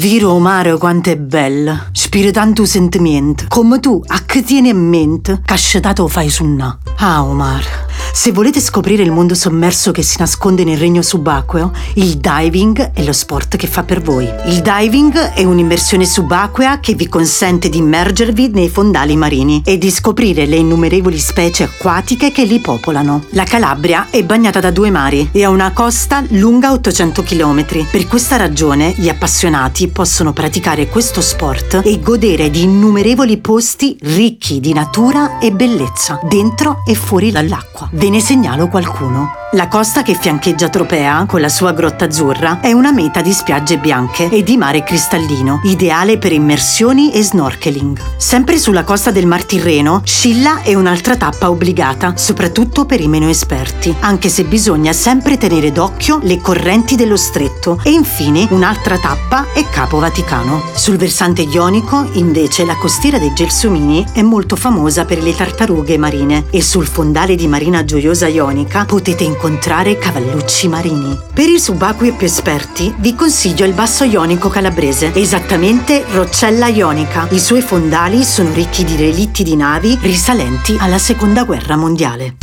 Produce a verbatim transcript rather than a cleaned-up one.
Viro mare quanto è bella, spira tanto sentimento, come tu a che tieni in mente, cascetato fai su na. Ah, Omar, se volete scoprire il mondo sommerso che si nasconde nel regno subacqueo, il diving è lo sport che fa per voi. Il diving è un'immersione subacquea che vi consente di immergervi nei fondali marini e di scoprire le innumerevoli specie acquatiche che li popolano. La Calabria è bagnata da due mari e ha una costa lunga ottocento chilometri. Per questa ragione gli appassionati possono praticare questo sport e godere di innumerevoli posti ricchi di natura e bellezza, dentro e fuori dall'acqua. Ve ne segnalo qualcuno. La costa che fiancheggia Tropea, con la sua grotta azzurra, è una meta di spiagge bianche e di mare cristallino, ideale per immersioni e snorkeling. Sempre sulla costa del Mar Tirreno, Scilla è un'altra tappa obbligata, soprattutto per i meno esperti, anche se bisogna sempre tenere d'occhio le correnti dello stretto. E infine un'altra tappa è Capo Vaticano. Sul versante ionico, invece, la costiera dei Gelsomini è molto famosa per le tartarughe marine e sul fondale di Marina Gioiosa Ionica potete incontrare cavallucci marini. Per i subacquei più esperti vi consiglio il Basso Ionico calabrese, esattamente Roccella Ionica. I suoi fondali sono ricchi di relitti di navi risalenti alla Seconda Guerra Mondiale.